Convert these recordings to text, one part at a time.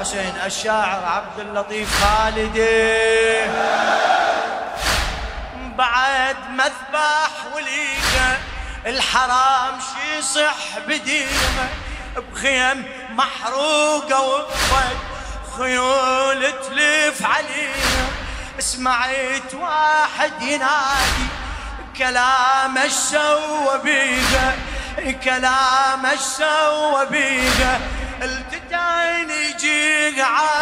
حسين الشاعر عبد اللطيف خالدي. بعد مذبح وليده الحرام شي صح بديمه، بخيم محروقه وقفت خيول تلف عليها. سمعت واحد ينادي كلام السوى بيها، كلام السوى بيها. التتين يجيك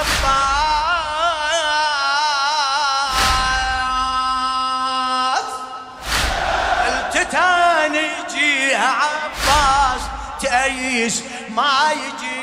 عباس، التتين يجيها عباس، تأيس ما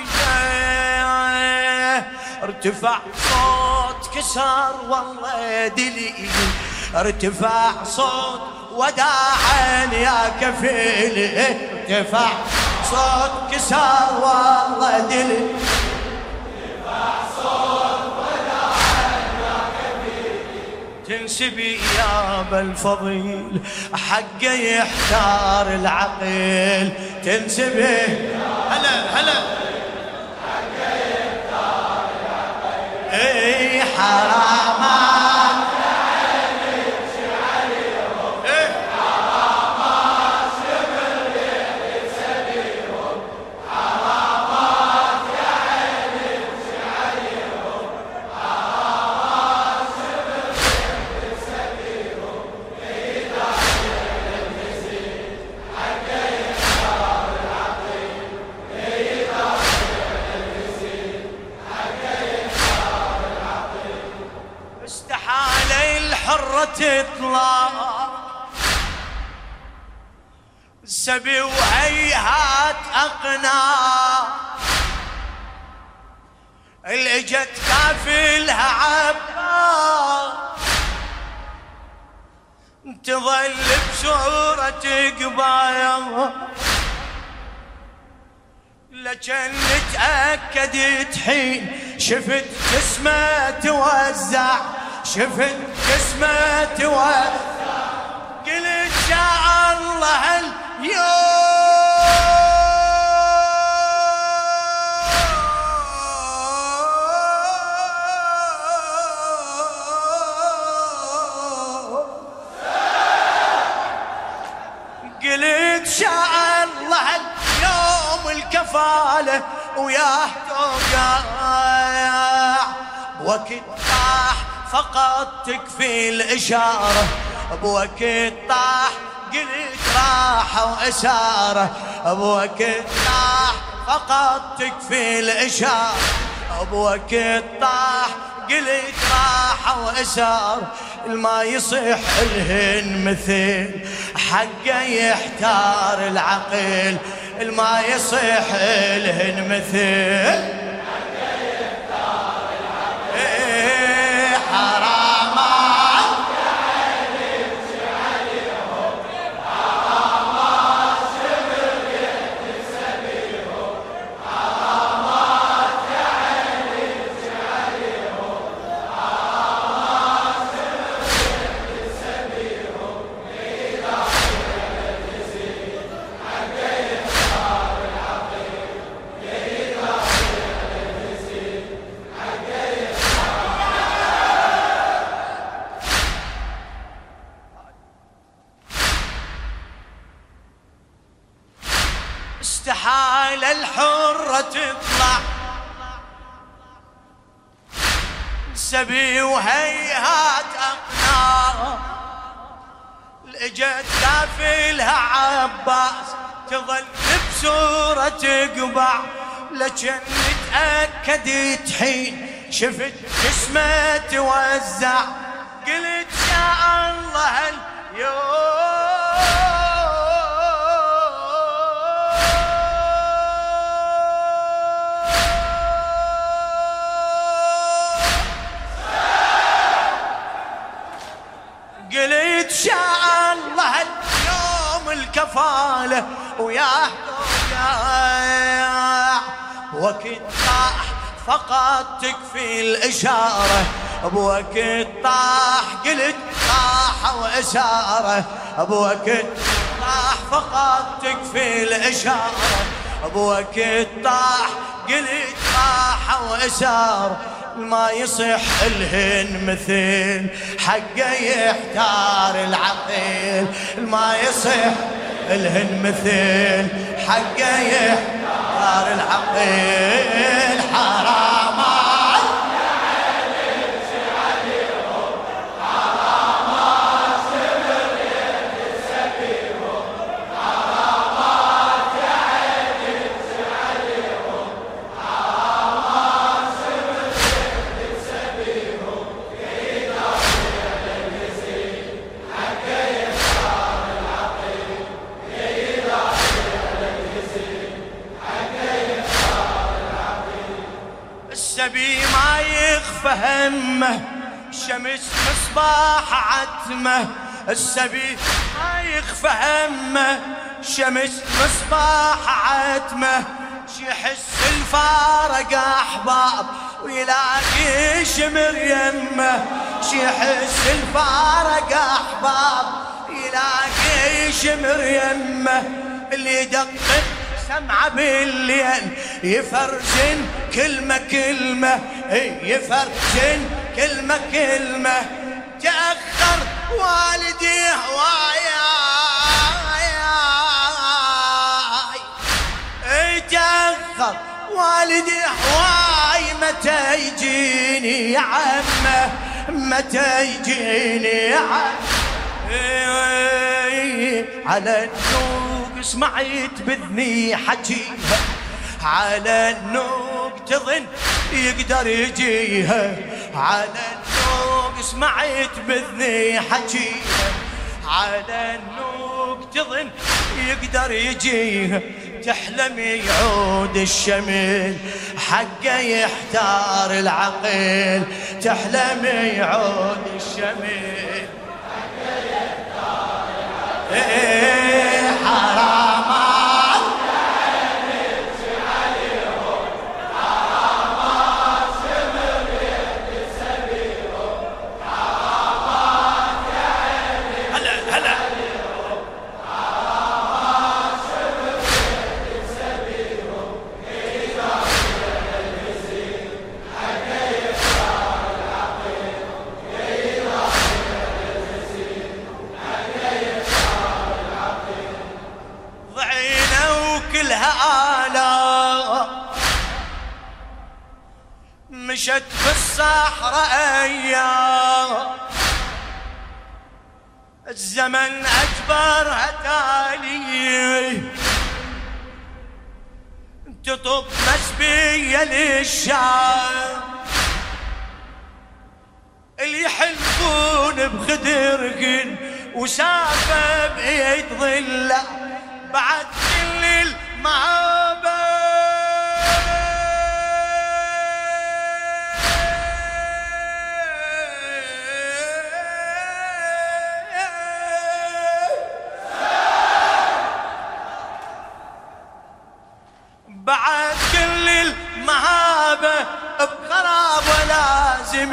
يجيها. ارتفع صوت كسر والله دليل، ارتفع صوت وداعا يا كفيل، ارتفع صوت كسر والله دليل، ارتفع صوت وداعا يا كفيل. تنسبي يا ابا الفضيل حقه يحتار العقل، تنسبي هلا هلا اي حرامات يا عيني امشي عليهم، اي حرامات شبر يحسبيهم، حرامات يا عيني امشي عليهم، حرامات شبر يحسبيهم. اذا المسيح حقه يختار العقيل، اذا المسيح حقه استحال الحرة تطلع سبي وهيهات أقناع، اللي جت كافلها عبا تظل بصورة قبايا، لكن تأكدت حين شفت جسمه توزع، شفت جسمه توزع. قلت يا الله اليوم، قلت شاء الله اليوم الكفالة وياه توقع. وقت طاح فقط تكفي الإشارة، بوقت طاح قلت راحة وإسارة، بوقت طاح فقط تكفي الإشارة، بوقت طاح قلت راحة وإسارة. الما يصيح الهن مثل حقه يحتار العقل، الما يصيح الهن مثل حقه يحتار العقل. حرامات يا عيني امشي عليهم، حرامات شبر يحتسبيهم، حرامات يا عيني امشي عليهم، حرامات شبر يحتسبيهم. إذا المسيح حقه يختار العقيل، إذا المسيح حقه استحال الحرة تطلع سبي وهيهات أقناع، لجت كافلها عباس تظل بصورة قبع، لكن تأكدت حين شفت جسمه توزع. قلت يا الله اليوم، قلت شاء الله اليوم الكفالة وياه توقع. وقت طاح فقط تكفي الإشارة، بوقت طاح قلت طاح وإشارة، بوقت طاح فقط تكفي الإشارة، بوقت طاح قلت طاح وإسار ما يصح الهن مثل حقه يحتار العقيل ما يصح الهن مثل حقه يحتار العقيل حرامات يا عيني عليهم حرامات سمر يتسبيهم حرامات يا عيني عليهم حرامات سمر يتسبيهم كيدا يلبسين حقه يحتار العقيل كيدا يلبسين حقه يحتار العقيل السبي ما يخفى همه شمس مصباح عتمه السبي ما يخفى همه شمس مصباح عتمه يحس الفارق احباب ويلاقي شمر يمه يحس الفارق احباب يلاقي شمر يمه اللي يدقق سمعه بالليل يفرجن كلمة كلمة يفرجن كلمة كلمة تأخر والدي هواي تأخر والدي هواي متى يجيني يا عمه متى يجيني يا عمه على النوق سمعت بذني حجيها على النوق تظن يقدر يجيها على النوق سمعت بذني حجيها على النوق تظن يقدر يجيها تحلم يعود الشمل حقه يحتار العقل تحلم يعود الشمل حقه يحتار العقل حرامات يا عيني عليهم حرامات سمر يتسبيهم حرامات يا عيني هلا هلا عليهم حرامات سمر يتسبيهم كيدا يلبسين حقه يحتار العقل كيدا يلبسين حقه يحتار العقل ضعينه وكلها آلاء مشت بالصحراء أيام الزمن أجبرها تالي تطب مسبية للشام اللي يحلفون بخدرقن وسافة بيد ظله بعد كل المعابة بعد كل المهابة بخراب ولازم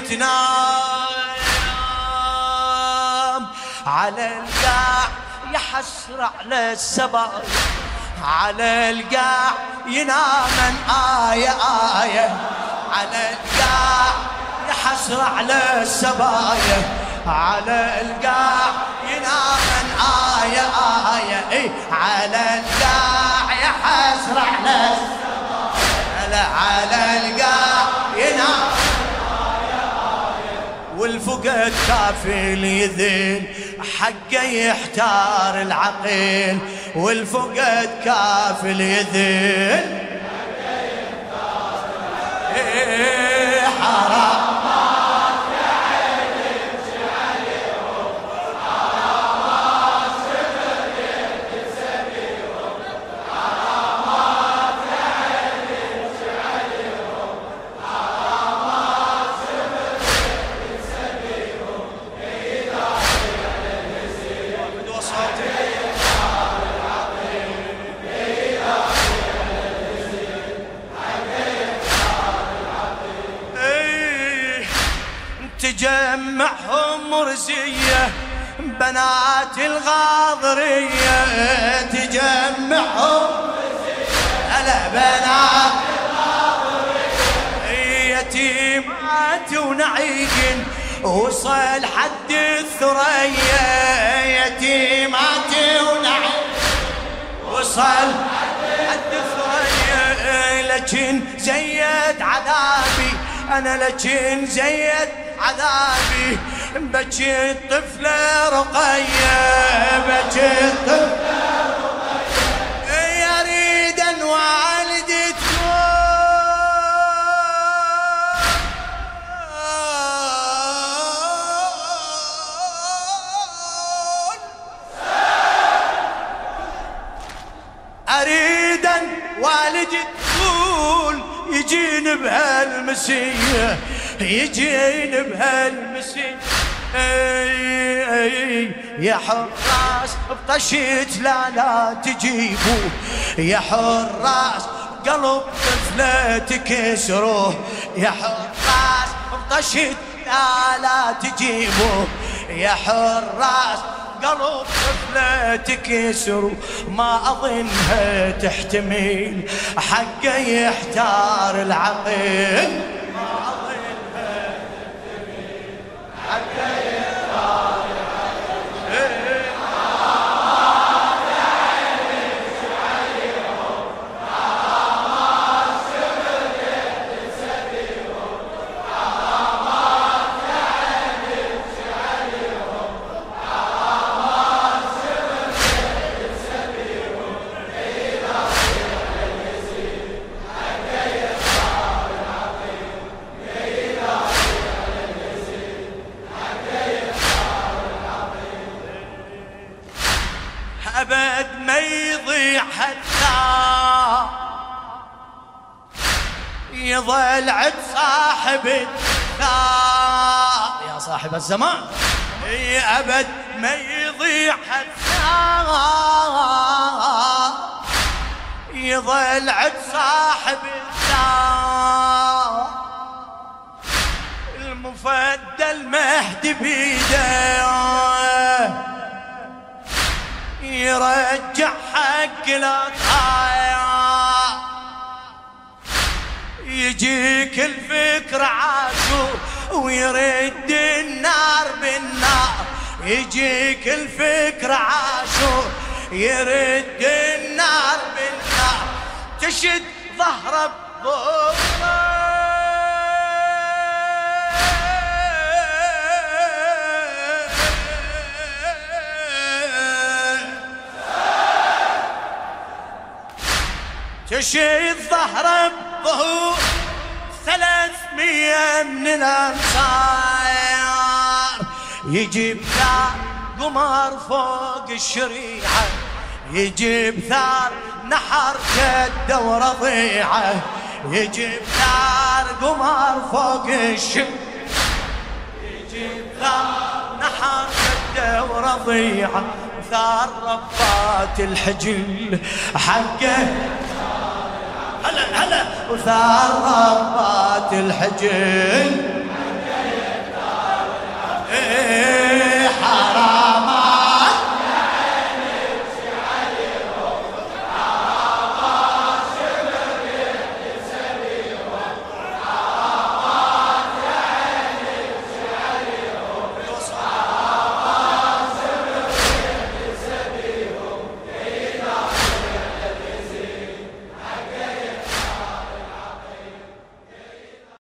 يتنام على القاع يحسر على السبايا على القاع ينام آية آية على القاع يحسر على السبايا على القاع ينام آية آية إيه على القاع يحسر على السبايا على القاع ينام والفقد كافل يذل حقه يحتار العقل والفقد كافل يذل حقه يحتار العقل حرامات يا عيني عليهم حرامات سمر يتسبيهم حرامات يا عيني عليهم حرامات سمر يتسبيهم كيدا يلبسين بدو صوتي يحتار العقل كيدا يلبسين حقه يحتار العقل تجمعهم مرزية بنات الغاضرية تجمعهم مرزية هلا بنات الغاضرية يتيمات ونعيق وصل حد الثريا، يتيمات ونعيق وصل حد الثريا. لكن زيد عذابي أنا، لكن زيد عذابي، بكي الطفلة رقية، بكي الطفلة رقية، يريد أن والدي تكون أريد أن والدي تقول يجيني بهالمسية، يجيني بهالمسية. يا حراس بطشت لا تجيبوه، يا حراس قلب طفلة تكسروه، يا حراس بطشت لا تجيبوه، يا حراس قلب طفلة تكسر. ما أظنها تحتمل حقه يحتار العقل، ما أظنها تحتمل حقه يحتار العقل. أبد ما يضيع حتى يظل عد صاحب الثار، يا صاحب الزمان. أبد ما يضيع حتى يظل عد صاحب الثار، المفدى المهدي بيده يرجع حق الأطهار. يجيك الفكر عاشور ويرد النار بالنار، يجيك الفكر عاشور يرد النار بالنار. تشد ظهره بظهره تشيد ظهره بظهور 300 من الأنصار. يجيب ثار قمر فوق الشريعة، يجيب ثار نحر كده ورضيعة، يجيب ثار قمر فوق الشريعة، يجيب ثار نحر كده ورضيعة. ثار ربات الحجل حقه هلا هلا، وثار ربات الحجل